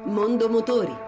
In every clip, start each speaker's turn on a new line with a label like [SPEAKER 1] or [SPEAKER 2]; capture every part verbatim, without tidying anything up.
[SPEAKER 1] Mondo Motori.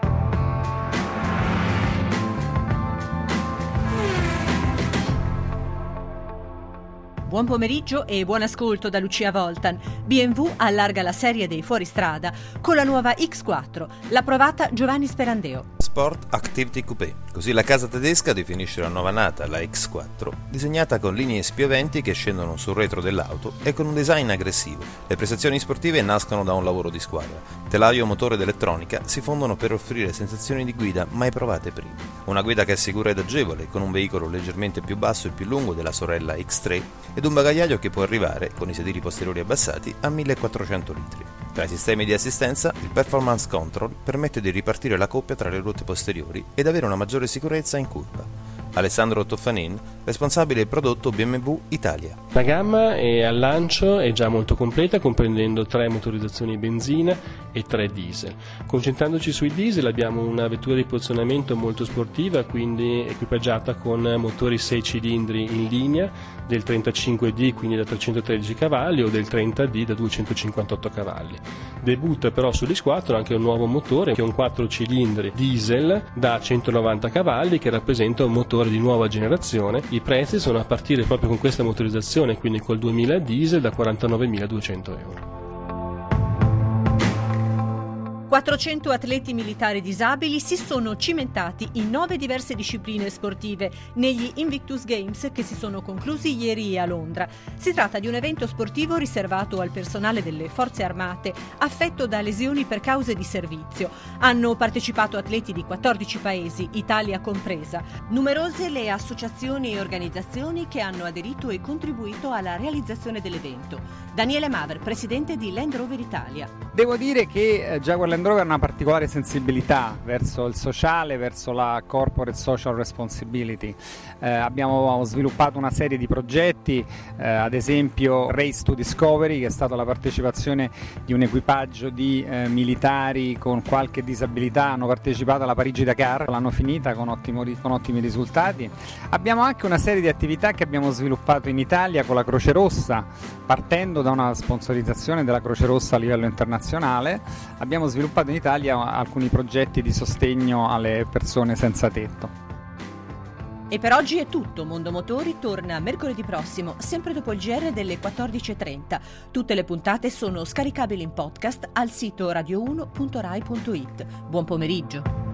[SPEAKER 2] Buon pomeriggio e buon ascolto da Lucia Voltan. B M W allarga la serie dei fuoristrada con la nuova X quattro, l'ha provata Giovanni Sperandeo.
[SPEAKER 3] Sport Activity Coupé, così la casa tedesca definisce la nuova nata, la X quattro, disegnata con linee spioventi che scendono sul retro dell'auto e con un design aggressivo. Le prestazioni sportive nascono da un lavoro di squadra. Telaio, motore ed elettronica si fondono per offrire sensazioni di guida mai provate prima. Una guida che è sicura ed agevole, con un veicolo leggermente più basso e più lungo della sorella X tre ed un bagagliaio che può arrivare, con i sedili posteriori abbassati, a millequattrocento litri. Tra i sistemi di assistenza, il Performance Control permette di ripartire la coppia tra le ruote posteriori ed avere una maggiore sicurezza in curva. Alessandro Toffanin, responsabile del prodotto B M W Italia.
[SPEAKER 4] La gamma è al lancio è già molto completa, comprendendo tre motorizzazioni benzina e tre diesel. Concentrandoci sui diesel abbiamo una vettura di posizionamento molto sportiva, quindi equipaggiata con motori sei cilindri in linea del trentacinque D, quindi da trecentotredici cavalli, o del trenta D da duecentocinquantotto cavalli. Debutta però sull'X quattro anche un nuovo motore, che è un quattro cilindri diesel da centonovanta cavalli, che rappresenta un motore di nuova generazione. I prezzi sono a partire proprio con questa motorizzazione, quindi col duemila diesel, da quarantanovemiladuecento euro.
[SPEAKER 2] quattrocento atleti militari disabili si sono cimentati in nove diverse discipline sportive negli Invictus Games che si sono conclusi ieri a Londra. Si tratta di un evento sportivo riservato al personale delle forze armate affetto da lesioni per cause di servizio. Hanno partecipato atleti di quattordici paesi, Italia compresa. Numerose le associazioni e organizzazioni che hanno aderito e contribuito alla realizzazione dell'evento. Daniele Maver, presidente di Land Rover Italia.
[SPEAKER 5] Devo dire che eh, Jaguar Land Rover ha una particolare sensibilità verso il sociale, verso la corporate social responsibility. Eh, abbiamo sviluppato una serie di progetti, eh, ad esempio Race to Discovery, che è stata la partecipazione di un equipaggio di eh, militari con qualche disabilità. Hanno partecipato alla Parigi-Dakar, l'hanno finita con, ottimo, con ottimi risultati. Abbiamo anche una serie di attività che abbiamo sviluppato in Italia con la Croce Rossa, partendo da una sponsorizzazione della Croce Rossa a livello internazionale. Abbiamo sviluppato in Italia alcuni progetti di sostegno alle persone senza tetto.
[SPEAKER 2] E per oggi è tutto. Mondo Motori torna mercoledì prossimo, sempre dopo il G R delle quattordici e trenta. Tutte le puntate sono scaricabili in podcast al sito radio uno punto rai punto it. Buon pomeriggio.